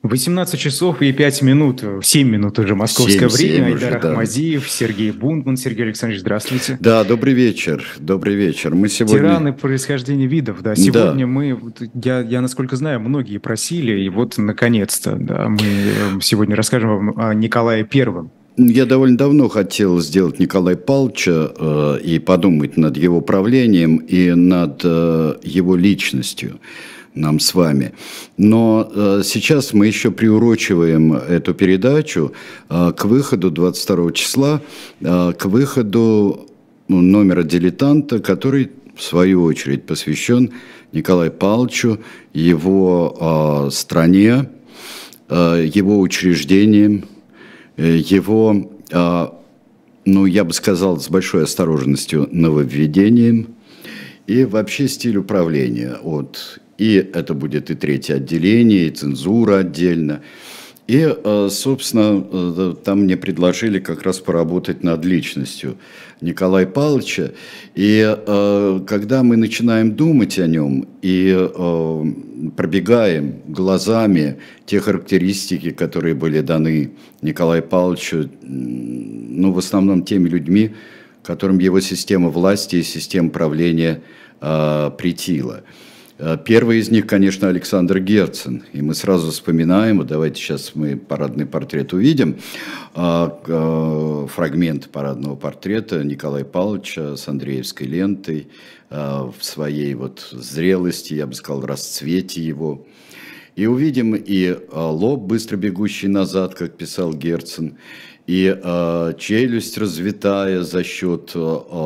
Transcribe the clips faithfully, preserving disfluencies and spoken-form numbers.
восемнадцать часов и пять минут, семь минут уже московское время. Айдар да. Ахмадиев, Сергей Бундман. Сергей Александрович, здравствуйте. Да, добрый вечер, добрый вечер. Мы сегодня... Тираны происхождения видов, да. Сегодня да. мы, я, я насколько знаю, многие просили, и вот наконец-то, да, мы сегодня расскажем вам о Николае Первом. Я довольно давно хотел сделать Николая Павловича э, и подумать над его правлением и над э, его личностью. Нам с вами. Но э, сейчас мы еще приурочиваем эту передачу э, к выходу двадцать второго числа, э, к выходу ну, номера «Дилетанта», который, в свою очередь, посвящен Николаю Павловичу, его э, стране, э, его учреждениям, э, его, э, ну, я бы сказал, с большой осторожностью, нововведением и вообще стиль управления от И это будет и третье отделение, и цензура отдельно. И, собственно, там мне предложили как раз поработать над личностью Николая Павловича. И когда мы начинаем думать о нем и пробегаем глазами те характеристики, которые были даны Николаю Павловичу, ну, в основном теми людьми, которым его система власти и система правления претила. Первый из них, конечно, Александр Герцен. И мы сразу вспоминаем, давайте сейчас мы парадный портрет увидим, фрагмент парадного портрета Николая Павловича с Андреевской лентой в своей вот зрелости, я бы сказал, расцвете его. И увидим и лоб, быстро бегущий назад, как писал Герцен, и челюсть развитая за счет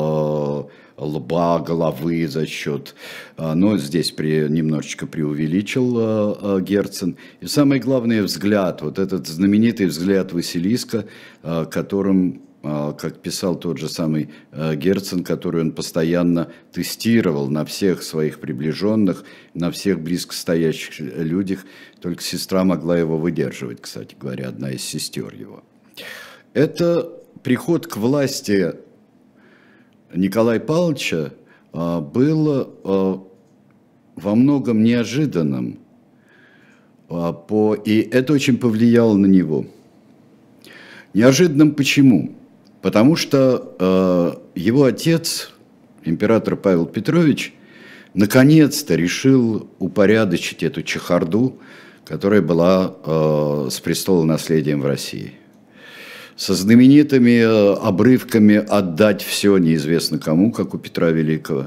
лба, головы, за счет, но здесь при, немножечко преувеличил э, Герцен. И самое главное, взгляд, вот этот знаменитый взгляд Василиска, э, которым, э, как писал тот же самый э, Герцен, который он постоянно тестировал на всех своих приближенных, на всех близко стоящих людях, только сестра могла его выдерживать, кстати говоря, одна из сестер его. Это приход к власти Николая Павловича а, был а, во многом неожиданным, а, по, и это очень повлияло на него. Неожиданным почему? Потому что а, его отец, император Павел Петрович, наконец-то решил упорядочить эту чехарду, которая была а, с престолонаследием в России. Со знаменитыми обрывками «отдать все неизвестно кому», как у Петра Великого,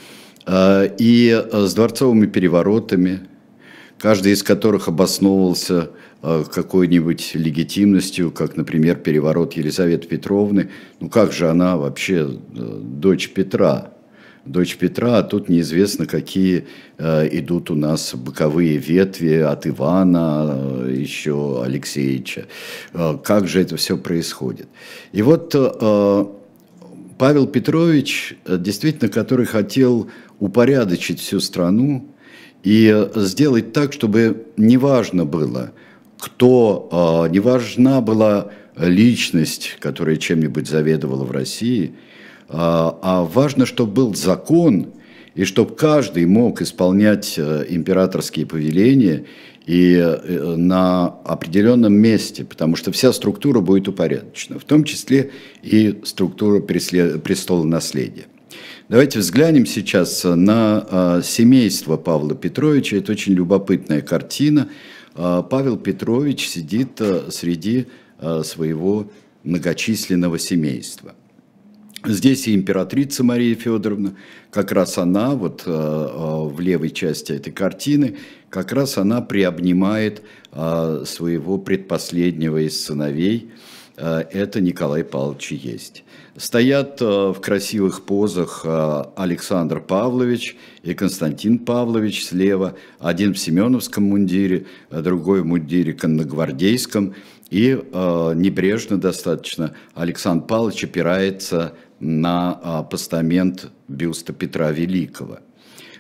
и с дворцовыми переворотами, каждый из которых обосновывался какой-нибудь легитимностью, как, например, переворот Елизаветы Петровны. Ну как же она вообще дочь Петра? Дочь Петра, а тут неизвестно, какие э, идут у нас боковые ветви от Ивана, э, еще Алексеевича. Э, как же это все происходит? И вот э, Павел Петрович, действительно, который хотел упорядочить всю страну и сделать так, чтобы не важно было, кто, э, не важна была личность, которая чем-нибудь заведовала в России, а важно, чтобы был закон, и чтобы каждый мог исполнять императорские повеления и на определенном месте, потому что вся структура будет упорядочена, в том числе и структура престола наследия. Давайте взглянем сейчас на семейство Павла Петровича. Это очень любопытная картина. Павел Петрович сидит среди своего многочисленного семейства. Здесь и императрица Мария Федоровна, как раз она, вот э, в левой части этой картины, как раз она приобнимает э, своего предпоследнего из сыновей, э, это Николай Павлович и есть. Стоят э, в красивых позах э, Александр Павлович и Константин Павлович слева, один в семеновском мундире, а другой в мундире конногвардейском, и э, небрежно достаточно Александр Павлович опирается на постамент бюста Петра Великого.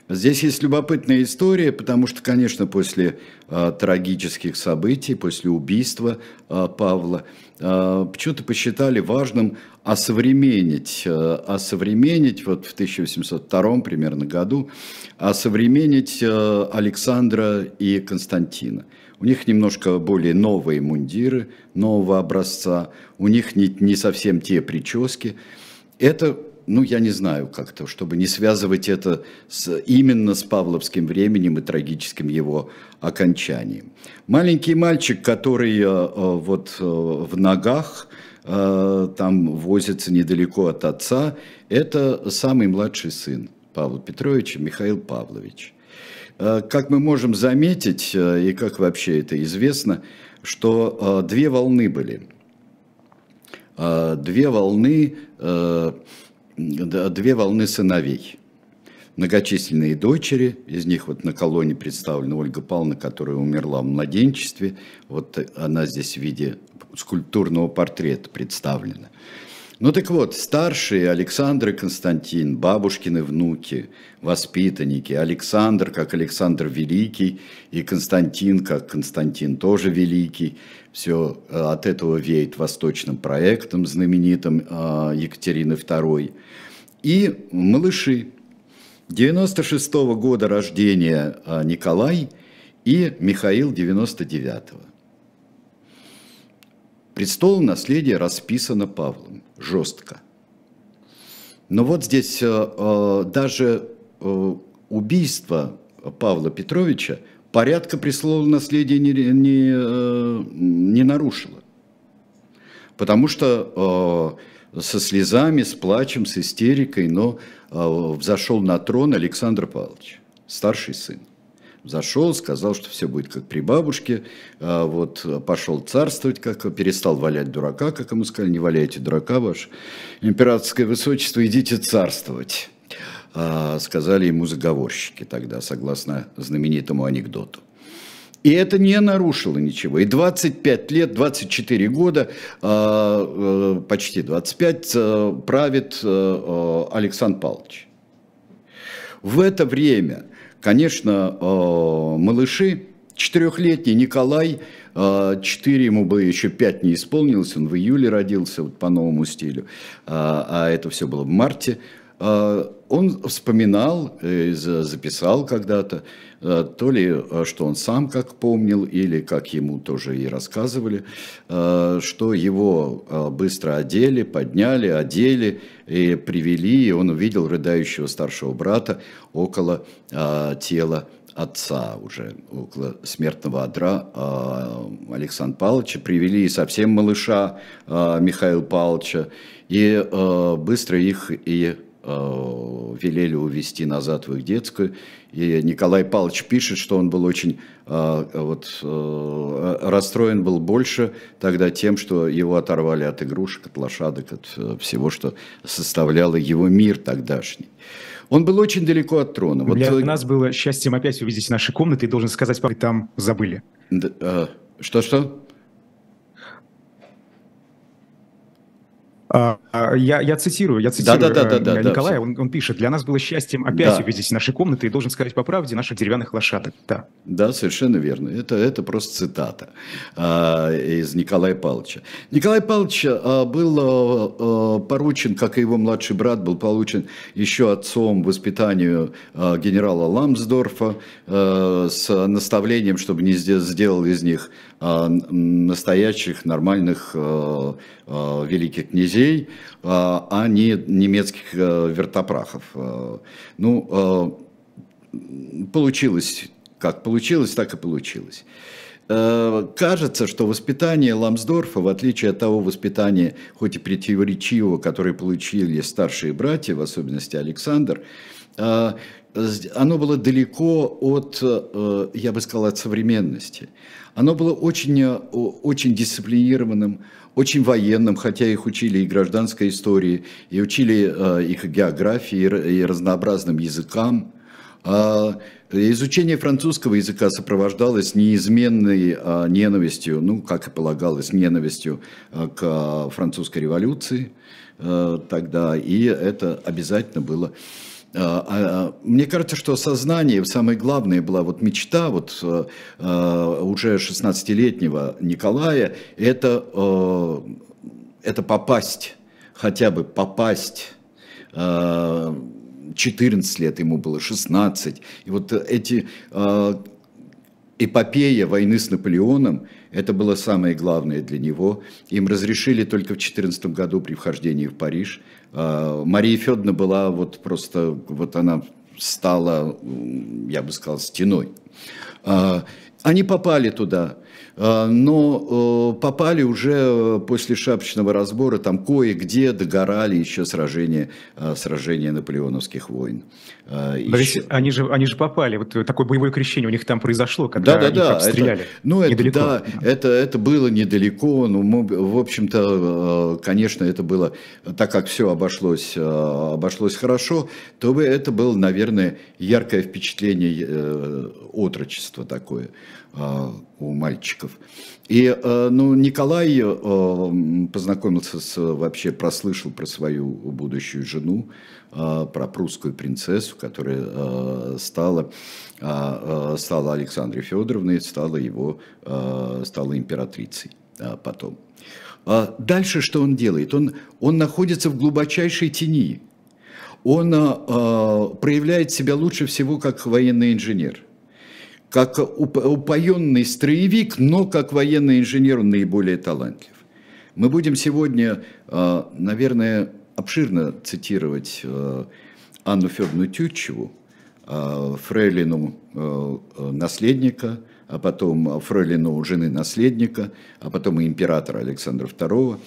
Здесь есть любопытная история, потому что, конечно, после э, трагических событий, после убийства э, Павла, э, почему-то посчитали важным осовременить, э, осовременить вот в тысяча восемьсот втором примерно году, осовременить э, Александра и Константина. У них немножко более новые мундиры, нового образца, у них не, не совсем те прически. Это... Ну, я не знаю как-то, чтобы не связывать это с, именно с павловским временем и трагическим его окончанием. Маленький мальчик, который э, вот э, в ногах, э, там возится недалеко от отца, это самый младший сын Павла Петровича, Михаил Павлович. Э, как мы можем заметить, э, и как вообще это известно, что э, две волны были. Э, две волны... Э, Две волны сыновей. Многочисленные дочери, из них вот на колонне представлена Ольга Павловна, которая умерла в младенчестве. Вот она здесь в виде скульптурного портрета представлена. Ну так вот, старшие Александр и Константин, бабушкины внуки, воспитанники. Александр как Александр Великий и Константин как Константин тоже Великий. Все от этого веет восточным проектом знаменитым Екатерины второй. И малыши. девяносто шестого года рождения Николай и Михаил девяносто девятого. Престол наследия расписано Павлом жестко. Но вот здесь э, даже э, убийство Павла Петровича порядка престола наследия не, не, э, не нарушило. Потому что э, со слезами, с плачем, с истерикой, но э, взошел на трон Александр Павлович, старший сын. Зашел, сказал, что все будет как при бабушке, вот, пошел царствовать, как перестал валять дурака, как ему сказали, не валяйте дурака, ваше императорское высочество, идите царствовать, сказали ему заговорщики тогда, согласно знаменитому анекдоту. И это не нарушило ничего. И двадцать пять лет, двадцать четыре года, почти двадцать пять, правит Александр Павлович. В это время... Конечно, малыши, четырехлетний Николай, четыре ему бы еще пять не исполнилось, он в июле родился вот, по новому стилю, а это все было в марте. Он вспоминал, записал когда-то, то ли, что он сам как помнил, или как ему тоже и рассказывали, что его быстро одели, подняли, одели и привели, и он увидел рыдающего старшего брата около тела отца, уже около смертного одра Александра Павловича. Привели и совсем малыша Михаила Павловича, и быстро их и велели увезти назад в их детскую. И Николай Павлович пишет, что он был очень вот, расстроен был больше тогда тем, что его оторвали от игрушек, от лошадок, от всего, что составляло его мир тогдашний. Он был очень далеко от трона. Для вот... нас было счастьем опять увидеть наши комнаты, и должен сказать, вы там забыли. Что-что? Я, я цитирую, я цитирую да, да, да, да, Николая, да, он, он пишет, для нас было счастьем опять да. увидеть наши комнаты, и должен сказать по правде, наших деревянных лошадок. Да, да, совершенно верно. Это, это просто цитата а, из Николая Павловича. Николай Павлович а, был а, поручен, как и его младший брат, был получен еще отцом воспитанию а, генерала Ламсдорфа а, с наставлением, чтобы не сделал из них а, настоящих, нормальных а, а, великих князей, а не немецких вертопрахов. Ну, получилось, как получилось, так и получилось. Кажется, что воспитание Ламсдорфа, в отличие от того воспитания, хоть и противоречивого, которое получили старшие братья, в особенности Александр, оно было далеко от, я бы сказал, от современности. Оно было очень, очень дисциплинированным, очень военным, хотя их учили и гражданской истории, и учили их географии, и разнообразным языкам. Изучение французского языка сопровождалось неизменной ненавистью, ну, как и полагалось, ненавистью к французской революции тогда, и это обязательно было Мне кажется, что сознание, самое главное, была вот мечта вот уже шестнадцатилетнего Николая, это, это попасть, хотя бы попасть, четырнадцать лет ему было, шестнадцать, и вот эти эпопея войны с Наполеоном, это было самое главное для него. Им разрешили только в четырнадцатом году при вхождении в Париж. Мария Федоровна была вот просто, вот она стала, я бы сказал, стеной. Они попали туда, но попали уже после шапочного разбора, там кое-где догорали еще сражения, сражения наполеоновских войн. Еще... Они, же, они же попали, вот такое боевое крещение у них там произошло, когда да, да, их да, обстреляли. Это, ну, это, недалеко. Да, это, это было недалеко, но, мы, в общем-то, конечно, это было, так как все обошлось, обошлось хорошо, то это было, наверное, яркое впечатление отрочества такое у мальчиков. И ну, Николай познакомился с, вообще прослышал про свою будущую жену, про прусскую принцессу, которая стала, стала Александрой Федоровной, стала его, стала императрицей потом. Дальше что он делает? Он, он находится в глубочайшей тени. Он проявляет себя лучше всего как военный инженер. Как упоенный строевик, но как военный инженер он наиболее талантлив. Мы будем сегодня, наверное, обширно цитировать Анну Федоровну Тютчеву, фрейлину наследника, а потом фрейлину жены наследника, а потом и императора Александра второго.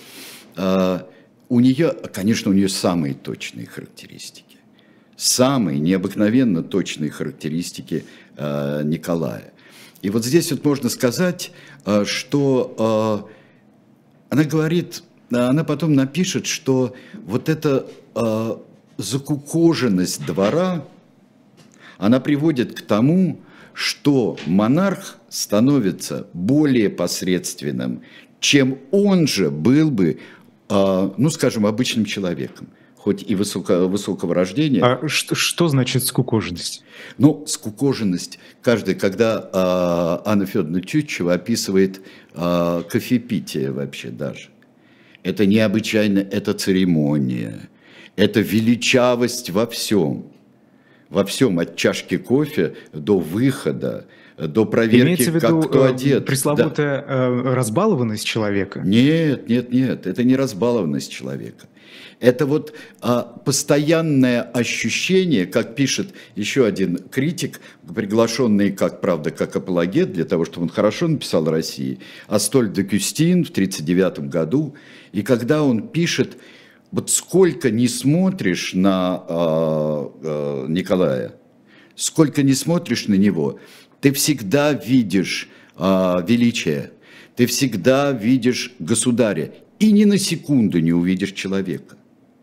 У нее, конечно, у нее самые точные характеристики. Самые необыкновенно точные характеристики э, Николая. И вот здесь вот можно сказать, э, что э, она говорит, она потом напишет, что вот эта э, закукоженность двора, она приводит к тому, что монарх становится более посредственным, чем он же был бы, э, ну, скажем, обычным человеком. Хоть и высоко, высокого рождения. А что, что значит скукоженность? Ну, скукоженность, каждый, когда э, Анна Федоровна Тютчева описывает э, кофепитие вообще даже. Это необычайно, это церемония, это величавость во всем. Во всем, от чашки кофе до выхода, до проверки, имеется в как виду, кто одет. Пресловутая да. разбалованность человека? Нет, нет, нет, это не разбалованность человека. Это вот а, постоянное ощущение, как пишет еще один критик, приглашенный, как правда, как апологет, для того, чтобы он хорошо написал о России, Астольд де Кюстин в тридцать девятом году, и когда он пишет, вот сколько не смотришь на а, а, Николая, сколько не смотришь на него, ты всегда видишь а, величие, ты всегда видишь государя, и ни на секунду не увидишь человека.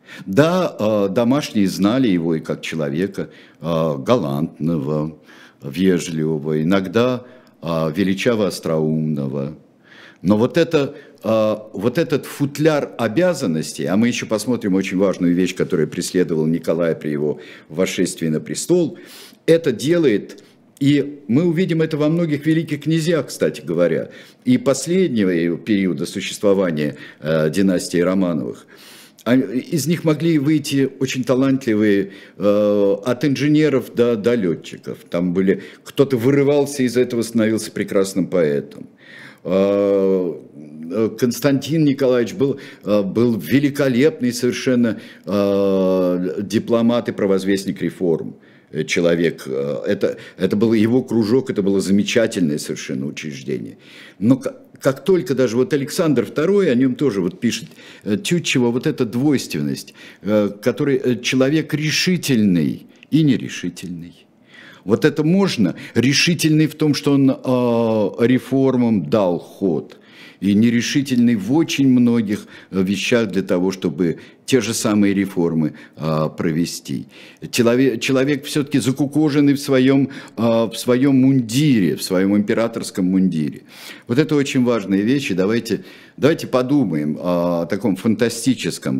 Да, домашние знали его и как человека галантного, вежливого, иногда величаво остроумного. Но вот, это, вот этот футляр обязанностей, а мы еще посмотрим очень важную вещь, которая преследовала Николая при его восшествии на престол, это делает, и мы увидим это во многих великих князьях, кстати говоря, и последнего периода существования династии Романовых. Из них могли выйти очень талантливые, э, от инженеров до, до летчиков. Там были, кто-то вырывался из этого, становился прекрасным поэтом. Э, Константин Николаевич был, э, был великолепный совершенно э, дипломат и провозвестник реформ. Человек, это, это был его кружок, это было замечательное совершенно учреждение. Но как только даже вот Александр второй, о нем тоже вот пишет Тютчева, вот эта двойственность, который человек решительный и нерешительный. Вот это можно, решительный в том, что он э, реформам дал ход, и нерешительный в очень многих вещах для того, чтобы те же самые реформы а, провести. Человек, человек все-таки закукоженный в своем, а, в своем мундире, в своем императорском мундире. Вот это очень важные вещи. Давайте, давайте подумаем о таком фантастическом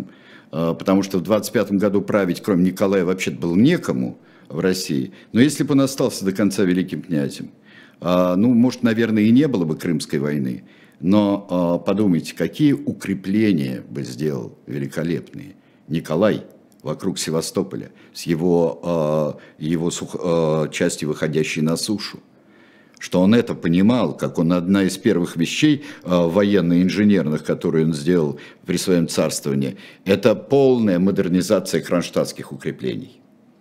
потому что в двадцать пятом году править, кроме Николая, вообще-то было некому в России. Но если бы он остался до конца великим князем, ну, может, наверное, и не было бы Крымской войны, но подумайте, какие укрепления бы сделал великолепные Николай вокруг Севастополя с его, его сух, частью, выходящей на сушу. Что он это понимал, как он одна из первых вещей военно-инженерных, которые он сделал при своем царствовании, это полная модернизация кронштадтских укреплений.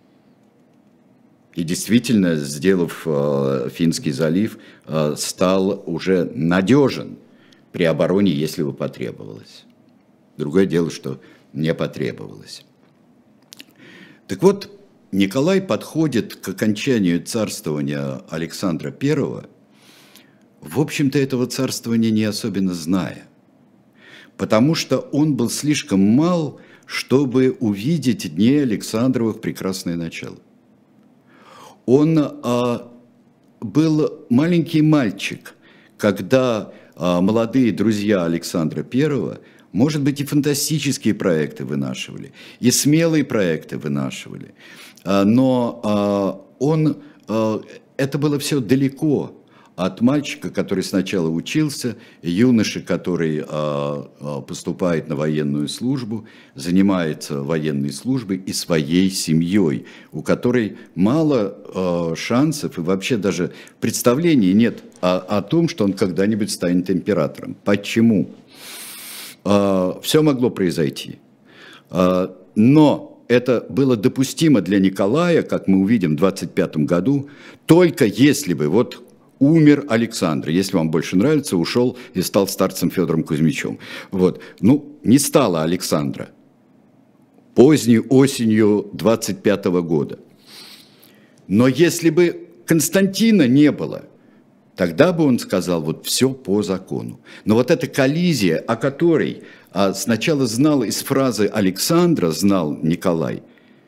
И действительно, сделав э, Финский залив, э, стал уже надежен при обороне, если бы потребовалось. Другое дело, что не потребовалось. Так вот, Николай подходит к окончанию царствования Александра Первого, в общем-то, этого царствования не особенно зная, потому что он был слишком мал, чтобы увидеть дни Александровых прекрасное начало. Он а, был маленький мальчик, когда а, молодые друзья Александра Первого, может быть, и фантастические проекты вынашивали, и смелые проекты вынашивали, а, но а, он, а, это было все далеко от мальчика, который сначала учился, юноши, который а, а, поступает на военную службу, занимается военной службой и своей семьей, у которой мало а, шансов и вообще даже представлений нет о, о том, что он когда-нибудь станет императором. Почему? А, все могло произойти, а, но это было допустимо для Николая, как мы увидим в двадцать пятом году, только если бы вот умер Александр, если вам больше нравится, ушел и стал старцем Федором Кузьмичем. Вот. Ну, не стало Александра поздней осенью двадцать пятого года. Но если бы Константина не было, тогда бы он сказал, вот все по закону. Но вот эта коллизия, о которой а, сначала знал из фразы Александра, знал Николай,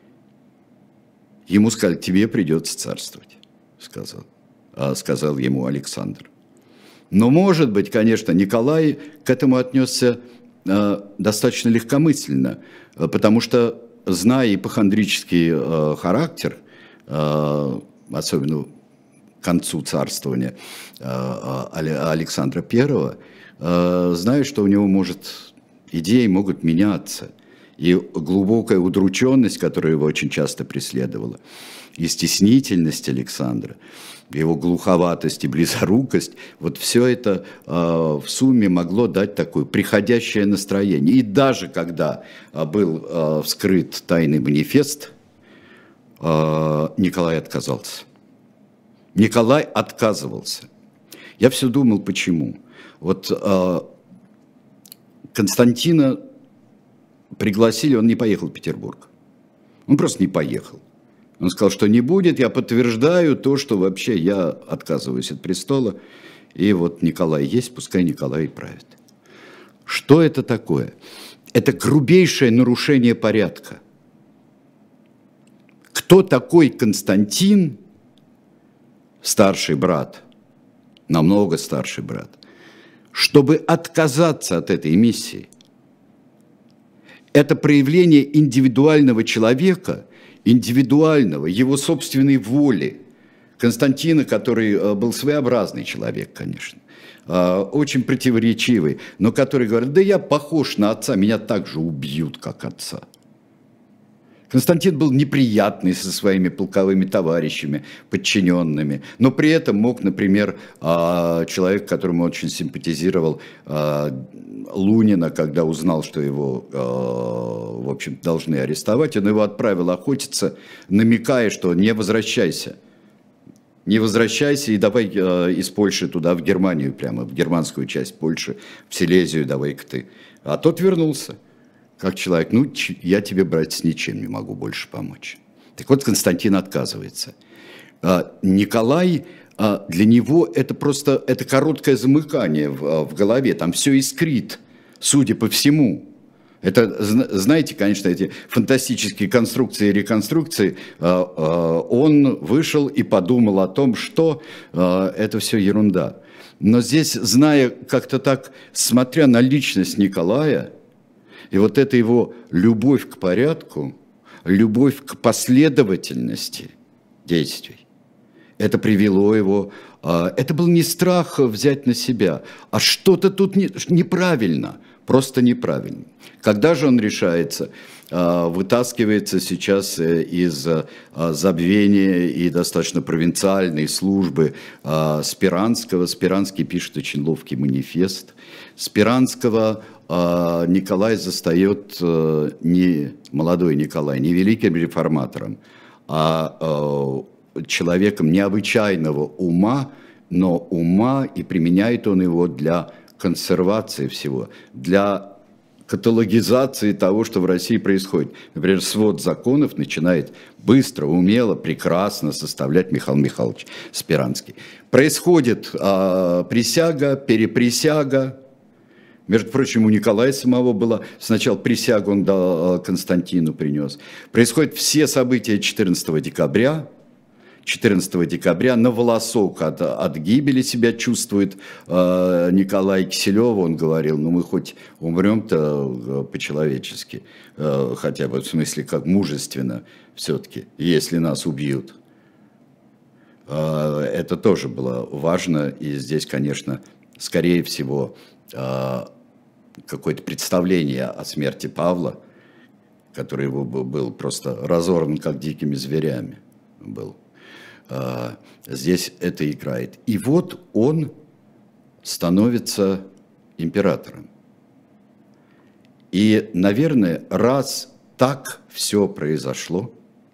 ему сказали, тебе придется царствовать, сказал. сказал ему Александр. Но, может быть, конечно, Николай к этому отнесся э, достаточно легкомысленно, э, потому что, зная ипохондрический э, характер, э, особенно к концу царствования э, Александра Первого, э, зная, что у него может, идеи могут меняться, и глубокая удрученность, которая его очень часто преследовала, и стеснительность Александра, его глуховатость и близорукость, вот все это э, в сумме могло дать такое приходящее настроение. И даже когда э, был э, вскрыт тайный манифест, э, Николай отказался. Николай отказывался. Я все думал, почему. Вот э, Константина пригласили, он не поехал в Петербург. Он просто не поехал. Он сказал, что не будет, я подтверждаю то, что вообще я отказываюсь от престола. И вот Николай есть, пускай Николай и правит. Что это такое? Это грубейшее нарушение порядка. Кто такой Константин, старший брат, намного старший брат, чтобы отказаться от этой миссии? Это проявление индивидуального человека, индивидуального, его собственной воли. Константина, который был своеобразный человек, конечно, очень противоречивый, но который говорит, да я похож на отца, меня так же убьют, как отца. Константин был неприятный со своими полковыми товарищами, подчиненными, но при этом мог, например, человек, которому очень симпатизировал, Лунина, когда узнал, что его, в общем, должны арестовать, он его отправил охотиться, намекая, что не возвращайся. Не возвращайся и давай из Польши туда, в Германию, прямо в германскую часть Польши, в Силезию давай-ка ты. А тот вернулся. Как человек, ну, я тебе, братец, ничем не могу больше помочь. Так вот, Константин отказывается. Николай, для него это просто это короткое замыкание в голове, там все искрит, судя по всему. Это, знаете, конечно, эти фантастические конструкции и реконструкции, он вышел и подумал о том, что это все ерунда. Но здесь, зная как-то так, смотря на личность Николая, И вот эта его любовь к порядку, любовь к последовательности действий, это привело его, это был не страх взять на себя, а что-то тут не, неправильно, просто неправильно. Когда же он решается, вытаскивается сейчас из забвения и достаточно провинциальной службы Спиранского. Спиранский пишет очень ловкий манифест. Спиранского Николай застает не молодой Николай, не великим реформатором, а человеком необычайного ума, но ума, и применяет он его для консервации всего, для каталогизации того, что в России происходит. Например, свод законов начинает быстро, умело, прекрасно составлять Михаил Михайлович Спиранский. Происходит а, присяга, переприсяга. Между прочим, у Николая самого было сначала присягу, он дал Константину принес. Происходят все события четырнадцатого декабря. четырнадцатого декабря на волосок от, от гибели себя чувствует э, Николай Киселев. Он говорил, ну мы хоть умрем-то по-человечески, э, хотя бы в смысле как мужественно все-таки, если нас убьют. Э, это тоже было важно, и здесь, конечно, скорее всего, э, какое-то представление о смерти Павла, который его был просто разорван как дикими зверями был. Здесь это играет. И вот он становится императором. И, наверное, раз так все произошло,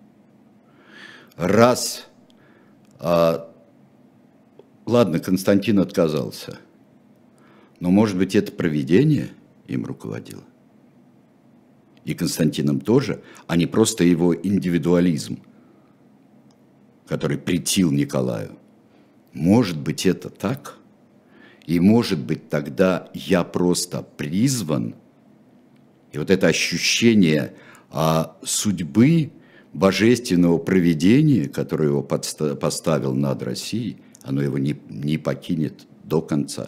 раз, а, ладно, Константин отказался, но, может быть, это провидение им руководило. И Константином тоже, а не просто его индивидуализм, который претил Николаю. Может быть, это так? И может быть, тогда я просто призван, и вот это ощущение а, судьбы, божественного провидения, которое его подста- поставил над Россией, оно его не, не покинет до конца.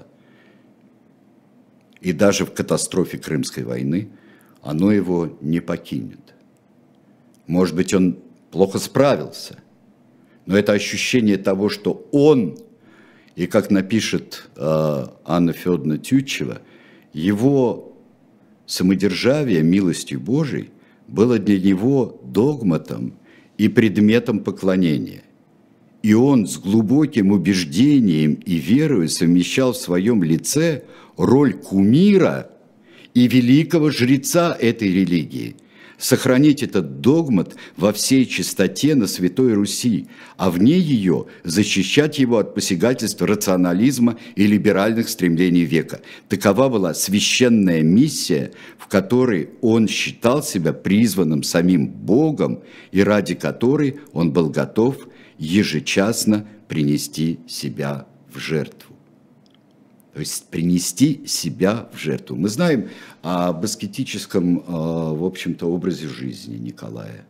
И даже в катастрофе Крымской войны оно его не покинет. Может быть, он плохо справился, но это ощущение того, что он, и как напишет э, Анна Федоровна Тютчева, его самодержавие милостью Божией было для него догматом и предметом поклонения. И он с глубоким убеждением и верой совмещал в своем лице роль кумира и великого жреца этой религии. Сохранить этот догмат во всей чистоте на Святой Руси, а вне ее защищать его от посягательства рационализма и либеральных стремлений века. Такова была священная миссия, в которой он считал себя призванным самим Богом и ради которой он был готов ежечасно принести себя в жертву. То есть принести себя в жертву. Мы знаем об аскетическом, в общем-то, образе жизни Николая.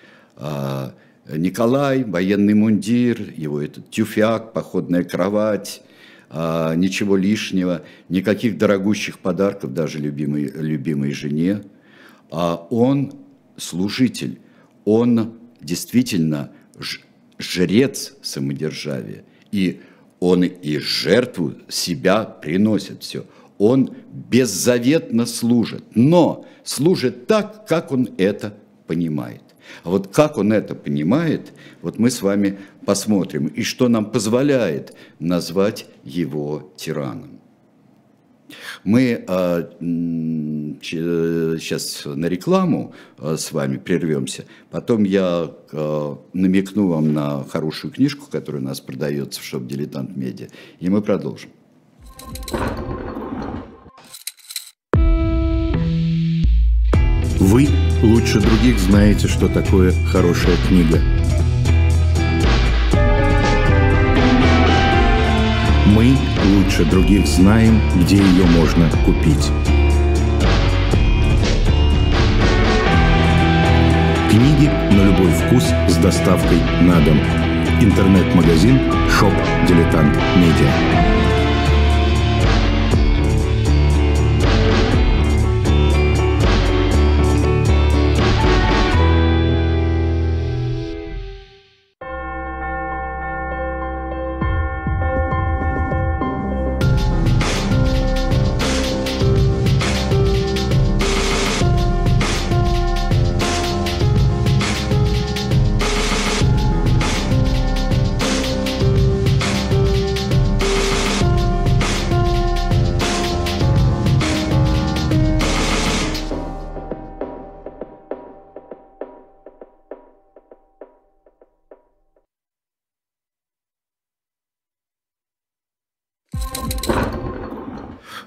Николай, военный мундир, его этот тюфяк, походная кровать, ничего лишнего, никаких дорогущих подарков даже любимой, любимой жене. Он служитель, он действительно жрец самодержавия. И он и жертву себя приносит все. Он беззаветно служит, но служит так, как он это понимает. А вот как он это понимает, вот мы с вами посмотрим, и что нам позволяет назвать его тираном. Мы а, сейчас на рекламу а, с вами прервемся, потом я а, намекну вам на хорошую книжку, которая у нас продается в шоп «Дилетант Медиа», и мы продолжим. Вы лучше других знаете, что такое хорошая книга. Мы лучше других знаем, где ее можно купить. Книги на любой вкус с доставкой на дом. Интернет-магазин шоп «Дилетант Медиа».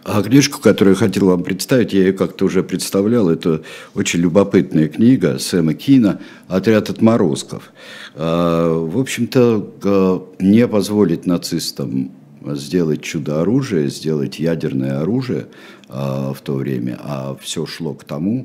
А книжку, которую я хотел вам представить, я ее как-то уже представлял, это очень любопытная книга Сэма Кина «Отряд отморозков». В общем-то, не позволить нацистам сделать чудо-оружие, сделать ядерное оружие в то время, а все шло к тому.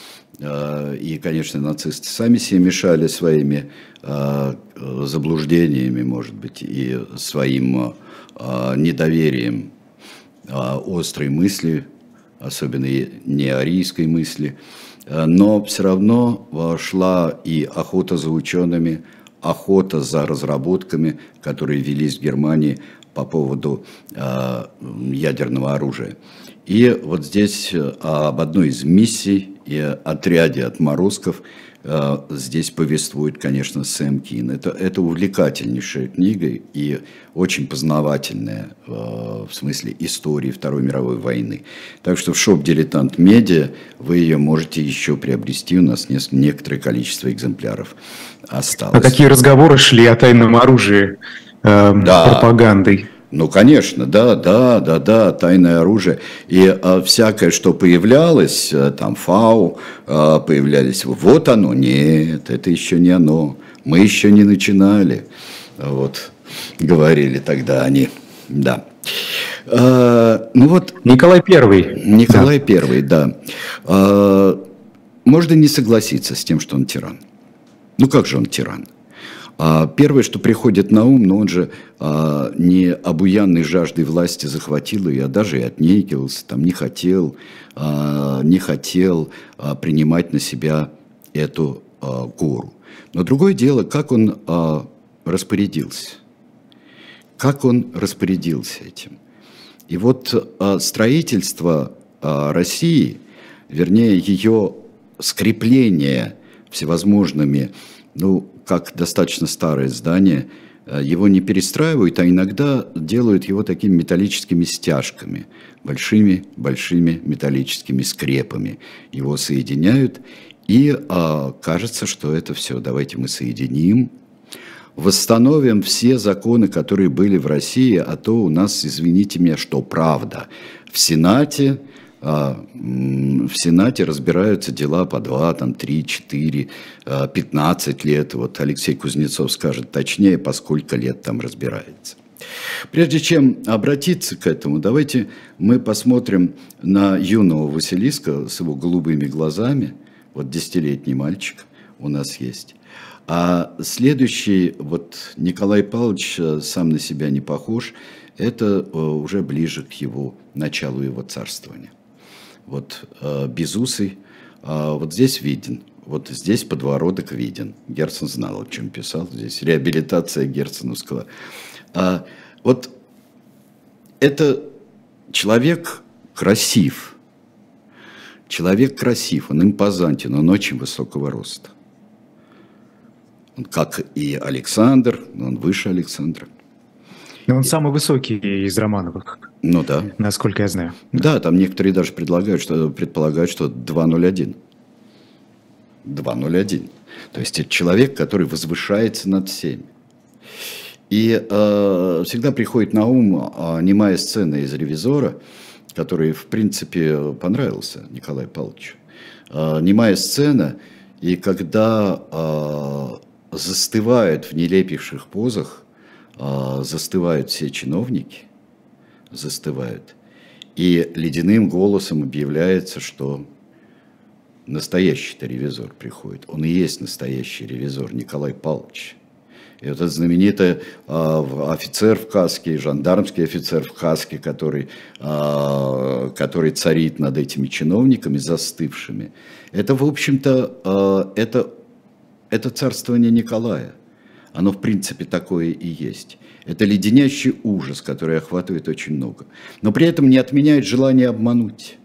И, конечно, нацисты сами себе мешали своими заблуждениями, может быть, и своим недоверием острой мысли, особенно неарийской мысли. Но все равно шла и охота за учеными, охота за разработками, которые велись в Германии по поводу ядерного оружия. И вот здесь об одной из миссий и отряде отморозков здесь повествует, конечно, Сэм Кин. Это, это увлекательнейшая книга и очень познавательная в смысле истории Второй мировой войны. Так что в шоп «Дилетант Медиа» вы ее можете еще приобрести. У нас некоторое количество экземпляров осталось. А какие разговоры шли о тайном оружии э, да. пропагандой? Ну, конечно, да, да, да, да, тайное оружие. И а, всякое, что появлялось, там ФАУ, а, появлялись, вот оно, нет, это еще не оно, мы еще не начинали, вот, говорили тогда они, да. А, ну вот. Николай Первый. Николай да. Первый, да. А, можно не согласиться с тем, что он тиран. Ну, как же он тиран? Первое, что приходит на ум, но он же а, не обуянной жаждой власти захватил ее, а даже и отнекивался, там, не хотел, а, не хотел а, принимать на себя эту а, гору. Но другое дело, как он а, распорядился. Как он распорядился этим. И вот а, строительство а, России, вернее, ее скрепление всевозможными, ну, как достаточно старое здание, его не перестраивают, а иногда делают его такими металлическими стяжками, большими-большими металлическими скрепами. Его соединяют, и а, кажется, что это все, давайте мы соединим, восстановим все законы, которые были в России, а то у нас, извините меня, что правда, в Сенате... В Сенате разбираются дела по два, там, три, четыре, пятнадцать лет. Вот Алексей Кузнецов скажет точнее, по сколько лет там разбирается. Прежде чем обратиться к этому, давайте мы посмотрим на юного Василиска с его голубыми глазами. Вот десятилетний мальчик у нас есть. А следующий, вот Николай Павлович сам на себя не похож, это уже ближе к его началу его царствования. Вот э, безусый, э, вот здесь виден, вот здесь подбородок виден. Герцен знал, о чем писал, здесь реабилитация герценовского. А, вот это человек красив, человек красив, он импозантен, он очень высокого роста. Он, как и Александр, но он выше Александра. Но он самый высокий из Романовых. Ну да. Насколько я знаю. Да, там некоторые даже предлагают, что, предполагают, что два ноль один. два ноль один. То есть это человек, который возвышается над всеми. И э, всегда приходит на ум э, немая сцена из «Ревизора», который, в принципе, понравился Николаю Павловичу. Э, немая сцена, и когда э, застывают в нелепейших позах, застывают все чиновники, застывают, и ледяным голосом объявляется, что настоящий-то ревизор приходит. Он и есть настоящий ревизор, Николай Павлович. И вот этот знаменитый а, офицер в каске, жандармский офицер в каске, который, а, который царит над этими чиновниками застывшими, это, в общем-то, а, это, это царствование Николая. Оно, в принципе, такое и есть. Это леденящий ужас, который охватывает очень много. Но при этом не отменяет желание обмануть.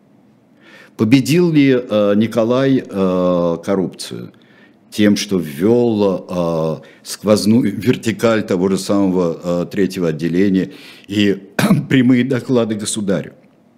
Победил ли э, Николай э, коррупцию? Тем, что ввел э, сквозную вертикаль того же самого э, третьего отделения и прямые доклады государю.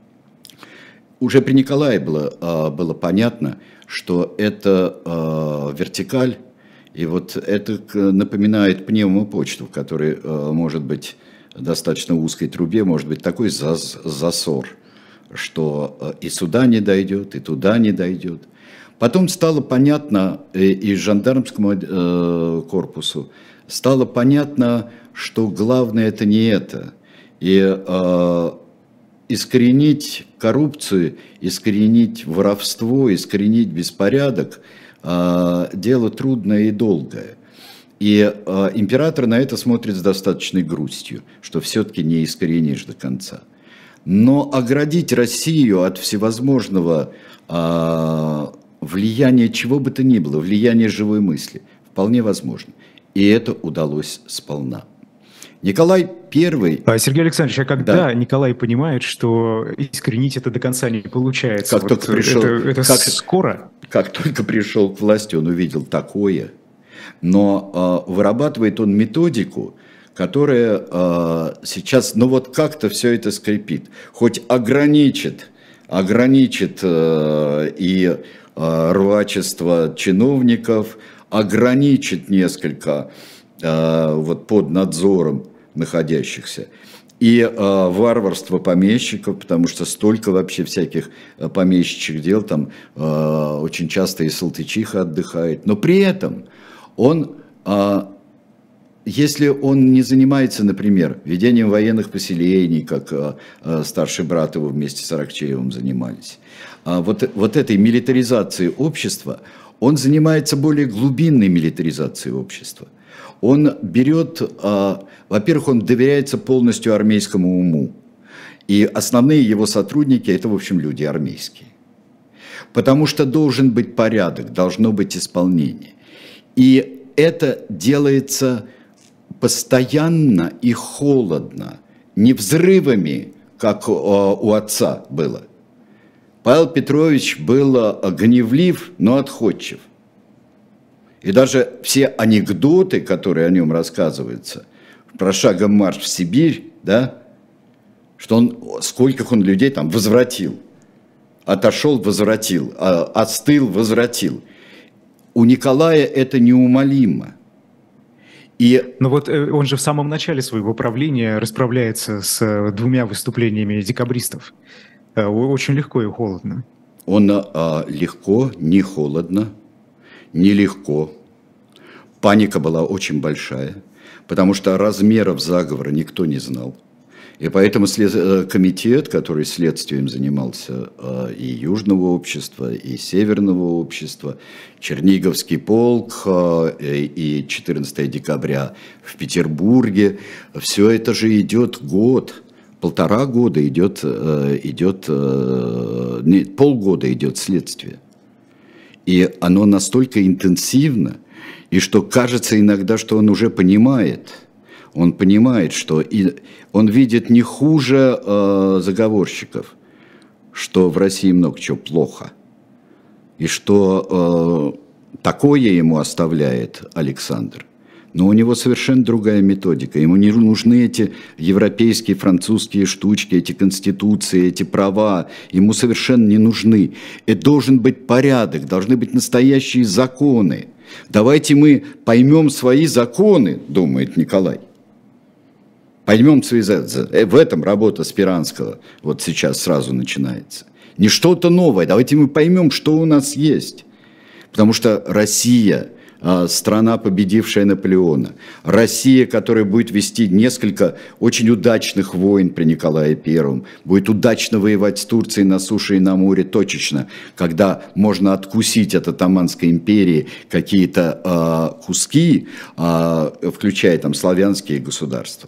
Уже при Николае было, э, было понятно, что это э, вертикаль. И вот это напоминает пневмопочту, в которой может быть достаточно узкой трубе, может быть такой заз, засор что и сюда не дойдет, и туда не дойдет. Потом стало понятно, и жандармскому корпусу, стало понятно, что главное это не это. И э, искоренить коррупцию, искоренить воровство, искоренить беспорядок э, дело трудное и долгое. И э, император на это смотрит с достаточной грустью, что все-таки не искоренишь до конца. Но оградить Россию от всевозможного э, влияния чего бы то ни было, влияния живой мысли, вполне возможно. И это удалось сполна. Николай Первый... Сергей Александрович, а когда да. Николай понимает, что искоренить это до конца не получается? Как вот только пришел, это это как, скоро? Как только пришел к власти, он увидел такое. Но э, вырабатывает он методику, которая э, сейчас, ну вот как-то все это скрипит. Хоть ограничит, ограничит э, и э, рвачество чиновников, ограничит несколько э, вот под надзором находящихся, и э, варварство помещиков, потому что столько вообще всяких э, помещичьих дел, там э, очень часто и салтычиха отдыхает, но при этом он, э, если он не занимается, например, ведением военных поселений, как э, э, старший брат его вместе с Аракчеевым занимались, э, вот, вот этой милитаризацией общества, он занимается более глубинной милитаризацией общества. Он берет, э, во-первых, он доверяется полностью армейскому уму. И основные его сотрудники – это, в общем, люди армейские. Потому что должен быть порядок, должно быть исполнение. И это делается постоянно и холодно, не взрывами, как э, у отца было. Павел Петрович был гневлив, но отходчив. И даже все анекдоты, которые о нем рассказываются, про шагом марш в Сибирь, да, что он, скольких он людей там возвратил, отошел, возвратил, остыл, возвратил. У Николая это неумолимо. И... Но вот он же в самом начале своего правления расправляется с двумя выступлениями декабристов. Очень легко и холодно. Он а, легко, не холодно, нелегко. Паника была очень большая, потому что размеров заговора никто не знал. И поэтому след... комитет, который следствием занимался а, и Южного общества, и Северного общества, Черниговский полк а, и четырнадцатого декабря в Петербурге, все это же идет год. Полтора года идет, идет, нет, полгода идет следствие. И оно настолько интенсивно, и что кажется иногда, что он уже понимает, он понимает, что и он видит не хуже э, заговорщиков, что в России много чего плохо, и что э, такое ему оставляет Александр. Но у него совершенно другая методика. Ему не нужны эти европейские, французские штучки, эти конституции, эти права. Ему совершенно не нужны. И должен быть порядок, должны быть настоящие законы. Давайте мы поймем свои законы, думает Николай. Поймем свои законы. В этом работа Спиранского вот сейчас сразу начинается. Не что-то новое. Давайте мы поймем, что у нас есть. Потому что Россия... страна, победившая Наполеона. Россия, которая будет вести несколько очень удачных войн при Николае Первом, будет удачно воевать с Турцией на суше и на море точечно, когда можно откусить от Оттоманской империи какие-то э, куски, э, включая там славянские государства.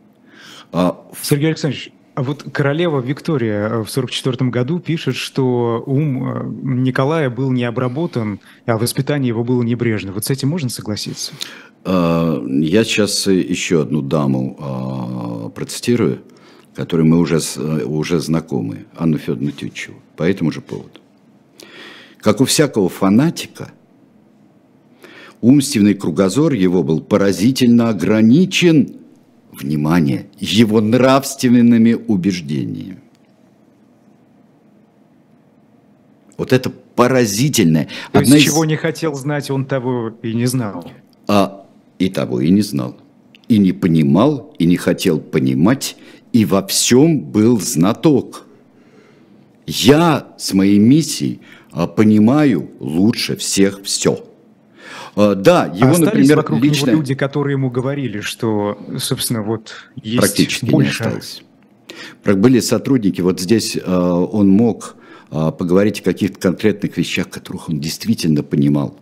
Сергей Александрович, а вот королева Виктория в сорок четвёртом году пишет, что ум Николая был не обработан, а воспитание его было небрежно. Вот с этим можно согласиться? Я сейчас еще одну даму процитирую, которой мы уже, уже знакомы, Анну Федоровну Тютчеву, по этому же поводу. Как у всякого фанатика, умственный кругозор его был поразительно ограничен, внимание, его нравственными убеждениями. Вот это поразительное. То есть, из... чего не хотел знать, он того и не знал. А и того и не знал. И не понимал, и не хотел понимать, и во всем был знаток. Я с моей миссией понимаю лучше всех все. Да, его, а например, вокруг лично... него люди, которые ему говорили, что, собственно, вот есть практически больше. Не осталось. Были сотрудники, вот здесь он мог поговорить о каких-то конкретных вещах, которых он действительно понимал.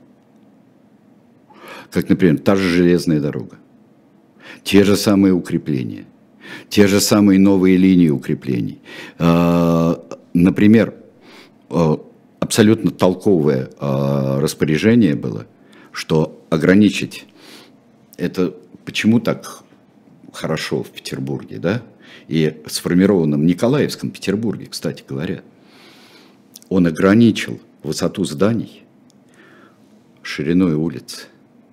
Как, например, та же железная дорога, те же самые укрепления, те же самые новые линии укреплений. Например, абсолютно толковое распоряжение было, что ограничить, это почему так хорошо в Петербурге, да, и сформированном Николаевском Петербурге, кстати говоря, он ограничил высоту зданий шириной улиц.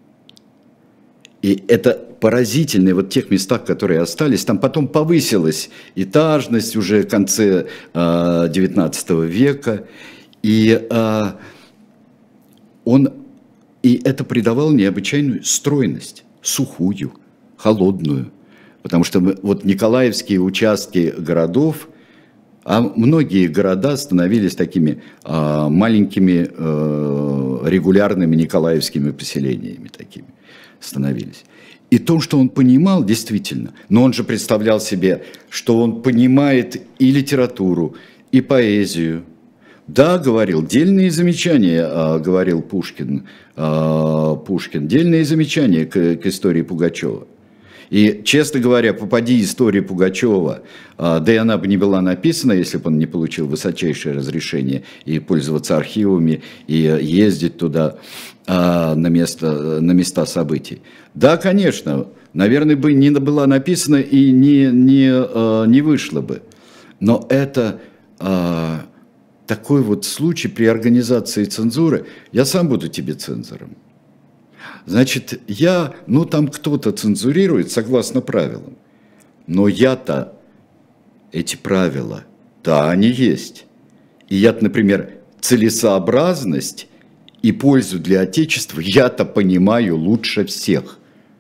И это поразительно, вот в тех местах, которые остались, там потом повысилась этажность уже в конце э, девятнадцатого века, и э, он, и это придавало необычайную стройность, сухую, холодную, потому что мы, вот николаевские участки городов, а многие города становились такими э, маленькими э, регулярными николаевскими поселениями такими. Становились. И то, что он понимал, действительно, но он же представлял себе, что он понимает и литературу, и поэзию. Да, говорил, дельные замечания, говорил Пушкин, Пушкин, дельные замечания к, к истории Пугачева. И, честно говоря, попади история Пугачева, да и она бы не была написана, если бы он не получил высочайшее разрешение и пользоваться архивами, и ездить туда на, место, на места событий. Да, конечно, наверное, бы не была написана и не, не, не вышла бы. Но это такой вот случай при организации цензуры. Я сам буду тебе цензором. Значит, я, ну там кто-то цензурирует согласно правилам, но я-то эти правила, да, они есть. И я, например, целесообразность и пользу для Отечества я-то понимаю лучше всех.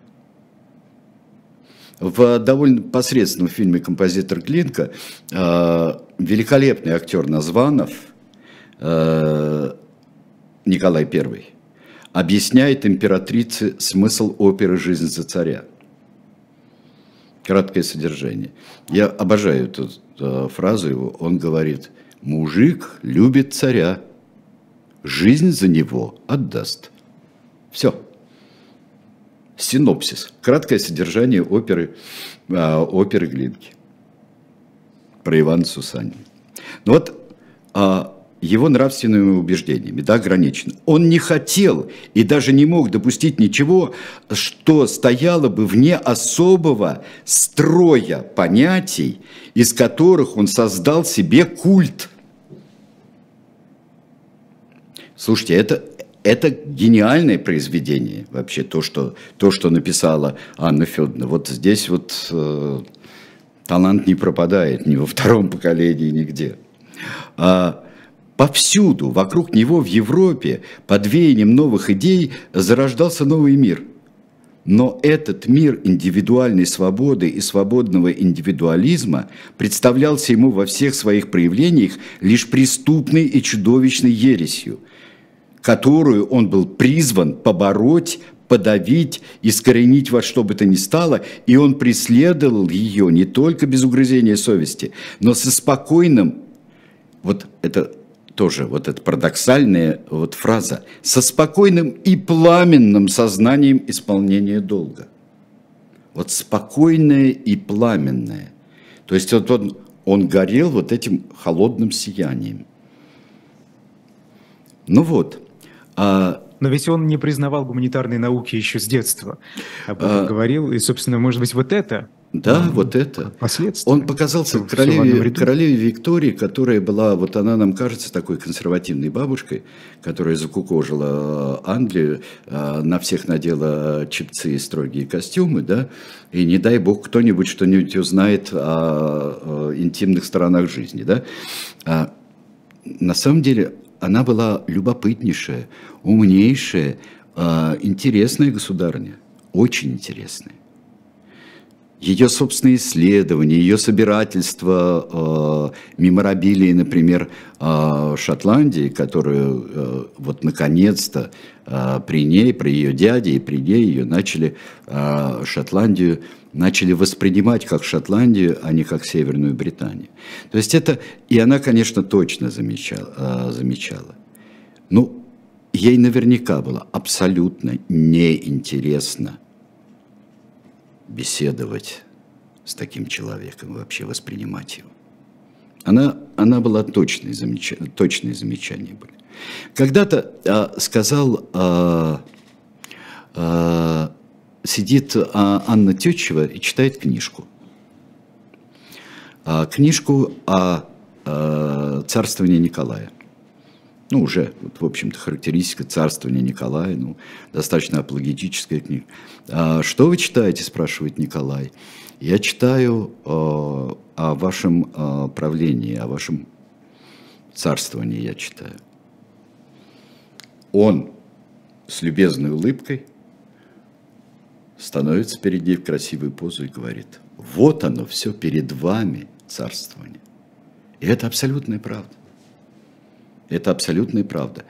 В довольно посредственном фильме «Композитор Глинка» э, великолепный актер Названов, э, Николай Первый, объясняет императрице смысл оперы «Жизнь за царя». Краткое содержание. Я обожаю эту э, фразу его. Он говорит: «Мужик любит царя, жизнь за него отдаст». Все. Синопсис. Краткое содержание оперы, э, оперы Глинки про Ивана Сусанина. Ну вот... Э, его нравственными убеждениями, да, ограничен. Он не хотел и даже не мог допустить ничего, что стояло бы вне особого строя понятий, из которых он создал себе культ. Слушайте, это, это гениальное произведение, вообще, то, что, то, что написала Анна Федоровна. Вот здесь вот э, талант не пропадает ни во втором поколении, нигде. А, Повсюду, вокруг него в Европе, под веянием новых идей зарождался новый мир. Но этот мир индивидуальной свободы и свободного индивидуализма представлялся ему во всех своих проявлениях лишь преступной и чудовищной ересью, которую он был призван побороть, подавить, искоренить во что бы то ни стало, и он преследовал ее не только без угрызения совести, но со спокойным, вот это... Тоже вот эта парадоксальная вот фраза, со спокойным и пламенным сознанием исполнения долга. Вот спокойное и пламенное. То есть вот он, он горел вот этим холодным сиянием. Ну вот. А... Но ведь он не признавал гуманитарные науки еще с детства. Об этом а... говорил. И, собственно, может быть, вот это... Да, ну, вот это. Он показался в, королеве, в королеве Виктории, которая была, вот она нам кажется такой консервативной бабушкой, которая закукожила Англию, на всех надела чепцы и строгие костюмы, да, и не дай бог кто-нибудь что-нибудь узнает о, о интимных сторонах жизни, да. А на самом деле она была любопытнейшая, умнейшая, интересная государыня, очень интересная. ее собственные исследования, ее собирательство э, меморабилии, например, э, Шотландии, которую э, вот наконец-то э, при ней, при ее дяде и при ней ее начали э, Шотландию начали воспринимать как Шотландию, а не как Северную Британию. То есть это, и она, конечно, точно замечала. Э, замечала. Ну, ей наверняка было абсолютно неинтересно беседовать с таким человеком, вообще воспринимать его. Она, она была точные замечания, точные замечания были. Когда-то а, сказал, а, а, сидит а, Анна Тютчева и читает книжку. А, книжку о а, царствовании Николая. Ну, уже, вот, в общем-то, характеристика царствования Николая, ну, достаточно апологетическая книга. А, «Что вы читаете?» – спрашивает Николай. «Я читаю э, о вашем э, правлении, о вашем царствовании я читаю». Он с любезной улыбкой становится перед ней в красивую позу и говорит: «Вот оно все перед вами, царствование». И это абсолютная правда. Это абсолютная правда.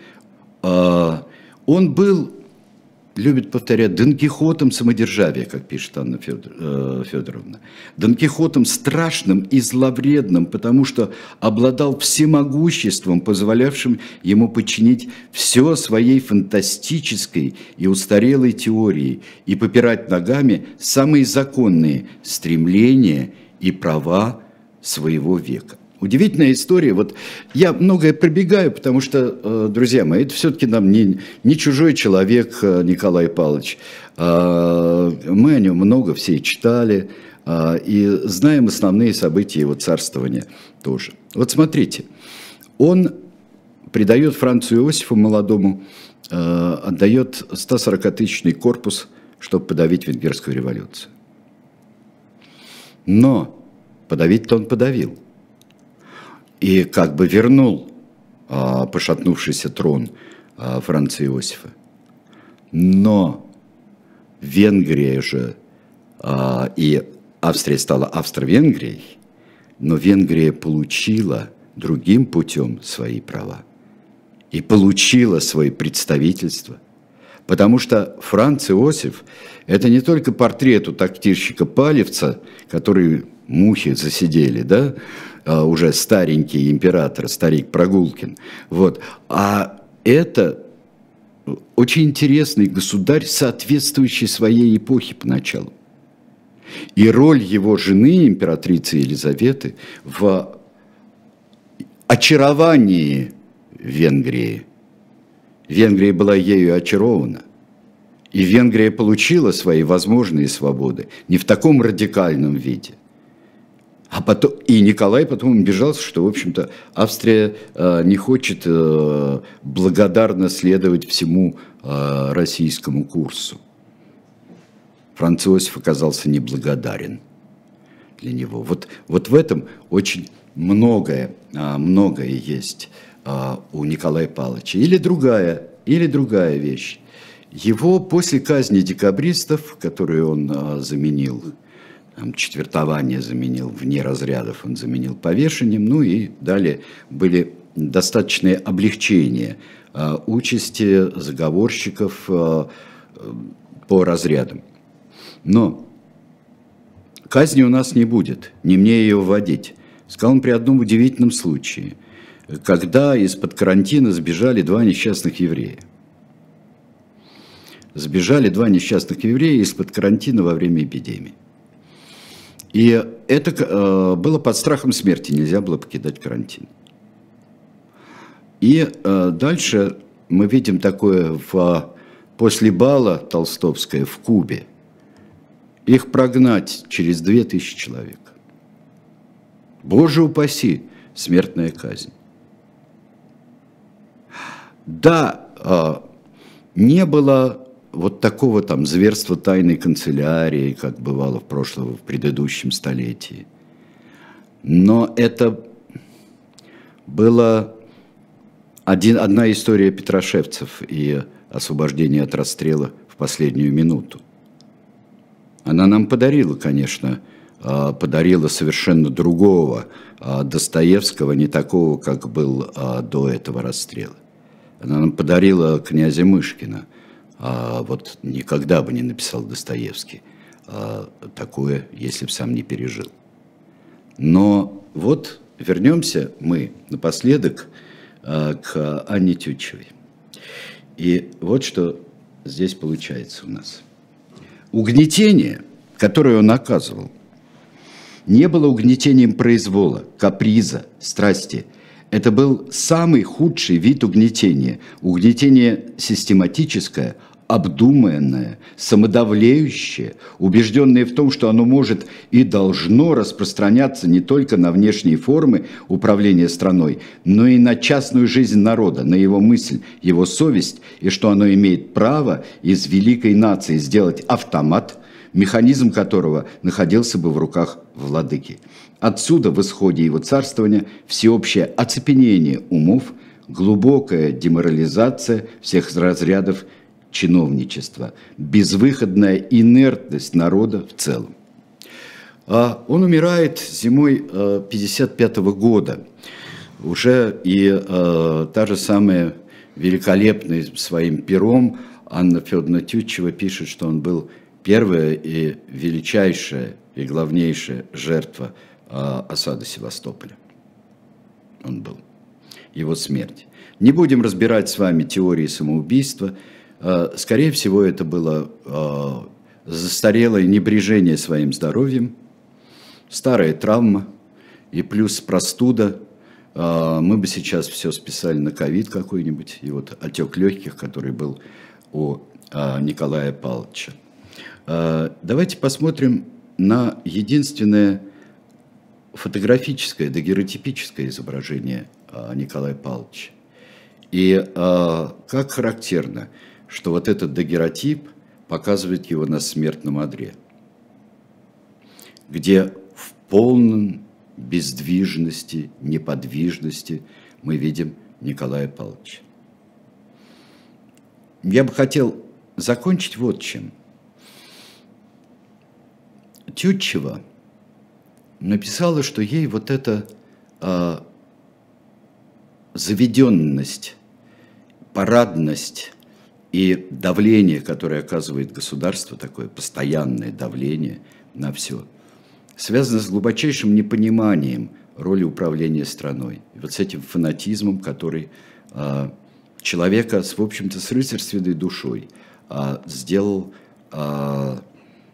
Он был, любит повторять, Дон Кихотом самодержавия, как пишет Анна Федоровна. Дон Кихотом страшным и зловредным, потому что обладал всемогуществом, позволявшим ему подчинить все своей фантастической и устарелой теории и попирать ногами самые законные стремления и права своего века. Удивительная история. Вот я многое пробегаю, потому что, друзья мои, это все-таки нам не, не чужой человек Николай Павлович. Мы о нем много все читали и знаем основные события его царствования тоже. Вот смотрите, он придает Францу Иосифу молодому, отдает сто сорокатысячный корпус, чтобы подавить Венгерскую революцию. Но подавить-то он подавил. И как бы вернул а, пошатнувшийся трон а, Франца Иосифа. Но Венгрия же, а, и Австрия стала Австро-Венгрией, но Венгрия получила другим путем свои права. И получила свои представительства. Потому что Франц Иосиф – это не только портрет у трактирщика Палевца, который мухи засидели, да, уже старенький император, старик Прогулкин, вот, а это очень интересный государь, соответствующий своей эпохе поначалу. И роль его жены, императрицы Елизаветы, в очаровании Венгрии. Венгрия была ею очарована. И Венгрия получила свои возможные свободы не в таком радикальном виде. А потом, и Николай потом убежался, что, в общем-то, Австрия э, не хочет э, благодарно следовать всему э, российскому курсу. Франц Иосиф оказался неблагодарен для него. Вот, вот в этом очень многое, э, многое есть э, у Николая Павловича. Или другая, или другая вещь. Его после казни декабристов, которую он э, заменил, там, четвертование заменил, вне разрядов он заменил повешением, ну и далее были достаточные облегчения э, участи заговорщиков э, по разрядам. Но казни у нас не будет, не мне ее вводить. Сказал он при одном удивительном случае, когда из-под карантина сбежали два несчастных еврея. Сбежали два несчастных еврея из-под карантина во время эпидемии. И это э, было под страхом смерти, нельзя было покидать карантин. И э, дальше мы видим такое в, после бала толстовское в Кубе. Их прогнать через две тысячи человек. Боже упаси, смертная казнь. Да, э, не было вот такого там зверства тайной канцелярии, как бывало в прошлом, в предыдущем столетии. Но это была один, одна история петрошевцев и освобождения от расстрела в последнюю минуту. Она нам подарила, конечно, подарила совершенно другого Достоевского, не такого, как был до этого расстрела. Она нам подарила князя Мышкина. А вот никогда бы не написал Достоевский такое, если бы сам не пережил. Но вот вернемся мы напоследок к Анне Тютчевой. И вот что здесь получается у нас. Угнетение, которое он оказывал, не было угнетением произвола, каприза, страсти. Это был самый худший вид угнетения. Угнетение систематическое, обдуманное, самодавлеющее, убежденное в том, что оно может и должно распространяться не только на внешние формы управления страной, но и на частную жизнь народа, на его мысль, его совесть, и что оно имеет право из великой нации сделать автомат, механизм которого находился бы в руках владыки. Отсюда в исходе его царствования всеобщее оцепенение умов, глубокая деморализация всех разрядов чиновничества, безвыходная инертность народа в целом. Он умирает зимой тысяча девятьсот пятьдесят пятого года. Уже и та же самая великолепная своим пером Анна Федоровна Тютчева пишет, что он был первая и величайшая и главнейшая жертва осады Севастополя. Он был. Его смерть. Не будем разбирать с вами теории самоубийства. Скорее всего, это было застарелое небрежение своим здоровьем, старая травма и плюс простуда. Мы бы сейчас все списали на ковид какой-нибудь, и вот отек легких, который был у Николая Павловича. Давайте посмотрим на единственное фотографическое, дагерротипическое изображение Николая Павловича. И как характерно, что вот этот дагерротип показывает его на смертном одре, где в полном бездвижности, неподвижности мы видим Николая Павловича. Я бы хотел закончить вот чем. Тютчева написала, что ей вот эта а, заведенность, парадность и давление, которое оказывает государство, такое постоянное давление на все, связано с глубочайшим непониманием роли управления страной. И вот с этим фанатизмом, который а, человека, с, в общем-то, с рыцарственной душой а, сделал а,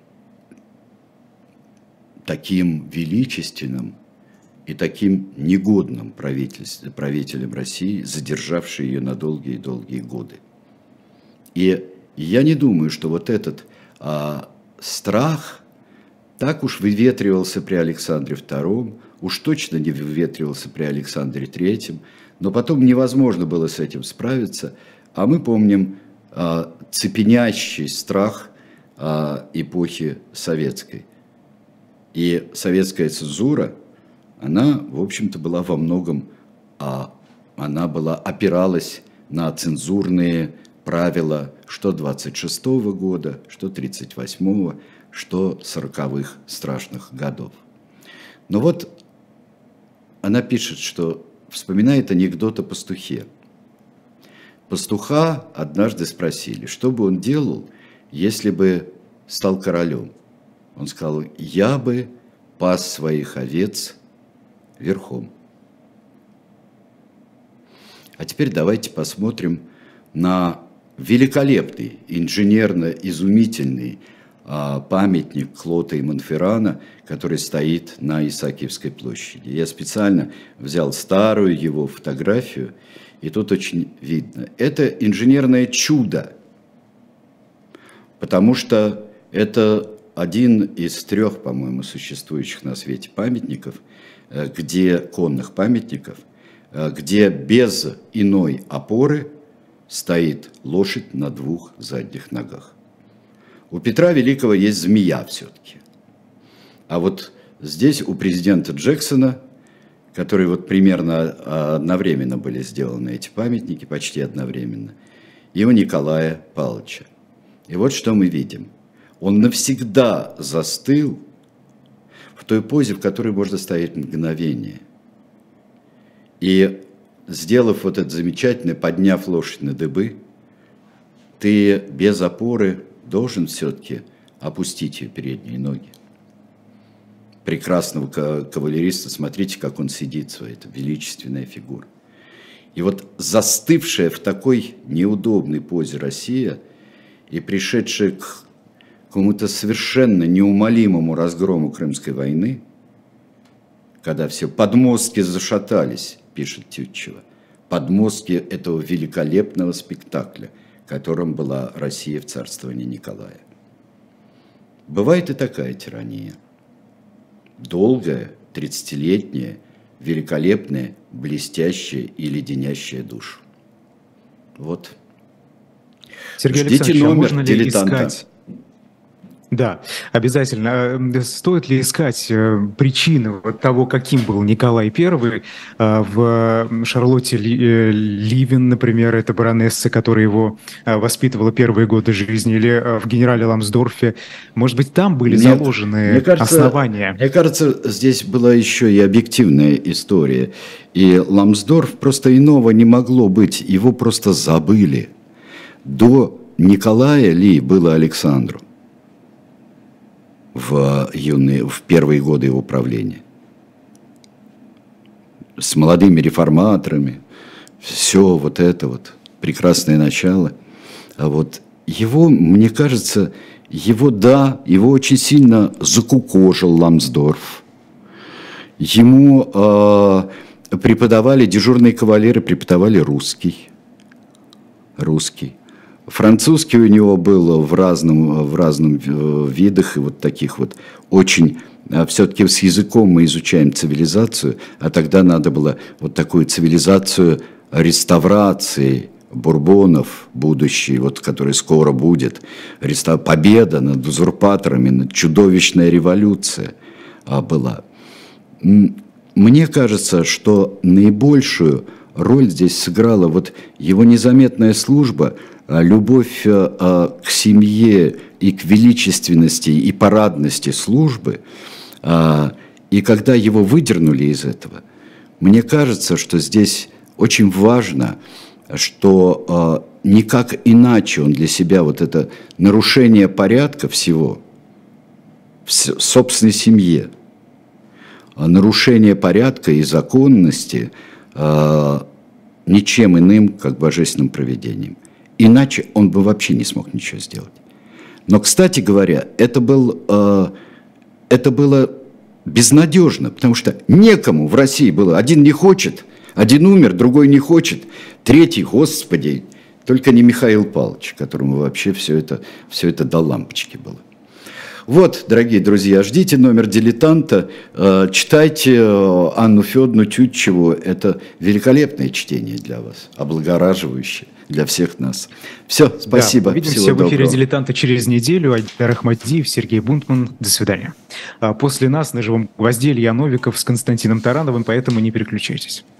таким величественным и таким негодным правителем России, задержавший ее на долгие-долгие годы. И я не думаю, что вот этот а, страх так уж выветривался при Александре Втором, уж точно не выветривался при Александре Третьем, но потом невозможно было с этим справиться, а мы помним а, цепенящий страх а, эпохи советской. И советская цензура, она, в общем-то, была во многом, а, она была, опиралась на цензурные правила что двадцать шестого года, что тридцать восьмого, что сороковых страшных годов. Но вот она пишет, что вспоминает анекдот о пастухе. Пастуха однажды спросили, что бы он делал, если бы стал королем. Он сказал: я бы пас своих овец верхом. А теперь давайте посмотрим на великолепный, инженерно-изумительный а, памятник Клота и Монферрана, который стоит на Исаакиевской площади. Я специально взял старую его фотографию, и тут очень видно. Это инженерное чудо, потому что это один из трех, по-моему, существующих на свете памятников, где конных памятников, где без иной опоры стоит лошадь на двух задних ногах. У Петра Великого есть змея все-таки. А вот здесь у президента Джексона, которые вот примерно одновременно были сделаны эти памятники, почти одновременно, и у Николая Павловича. И вот что мы видим. Он навсегда застыл в той позе, в которой можно стоять мгновение. И сделав вот это замечательное, подняв лошадь на дыбы, ты без опоры должен все-таки опустить ее передние ноги. Прекрасного кавалериста, смотрите, как он сидит, своя эта величественная фигура. И вот застывшая в такой неудобной позе Россия и пришедшая к какому-то совершенно неумолимому разгрому Крымской войны, когда все подмостки зашатались, пишет Тютчева, подмостки этого великолепного спектакля, которым была Россия в царствовании Николая. Бывает и такая тирания. Долгая, тридцатилетняя, великолепная, блестящая и леденящая душу. Вот. Сергей Ждите Александрович, номер а можно ли дилетанта. искать... Да, обязательно. Стоит ли искать причины вот того, каким был Николай Первый в Шарлотте Ливен, например, это баронесса, которая его воспитывала первые годы жизни, или в генерале Ламсдорфе? Может быть, там были Нет, заложены мне кажется, основания? Мне кажется, здесь была еще и объективная история. И Ламсдорф просто иного не могло быть, его просто забыли. До Николая ли было Александру в, юные, в первые годы его правления. С молодыми реформаторами, все вот это вот, прекрасное начало. А вот его, мне кажется, его, да, его очень сильно закукожил Ламсдорф. Ему э, преподавали, дежурные кавалеры преподавали русский. Русский. Французский у него был в разном, в разном видах, и вот таких вот очень... Все-таки с языком мы изучаем цивилизацию, а тогда надо было вот такую цивилизацию реставрации бурбонов будущей, вот, которая скоро будет. Рестав... Победа над узурпаторами, над чудовищная революция была. Мне кажется, что наибольшую роль здесь сыграла вот его незаметная служба, любовь к семье и к величественности и парадности службы. И когда его выдернули из этого, мне кажется, что здесь очень важно, что никак иначе он для себя вот это нарушение порядка всего в собственной семье, нарушение порядка и законности ничем иным, как божественным провидением. Иначе он бы вообще не смог ничего сделать. Но, кстати говоря, это, был, э, это было безнадежно, потому что некому в России было. Один не хочет, один умер, другой не хочет, третий, господи, только не Михаил Павлович, которому вообще все это, все это до лампочки было. Вот, дорогие друзья, ждите номер дилетанта, э, читайте э, Анну Федоровну Тютчеву, это великолепное чтение для вас, облагораживающее для всех нас. Все, спасибо. Да, увидимся всего в эфире доброго. «Дилетанта» через неделю. Айдар Ахмадиев, Сергей Бунтман. До свидания. После нас на живом гвозде Илья Новиков с Константином Тарановым, поэтому не переключайтесь.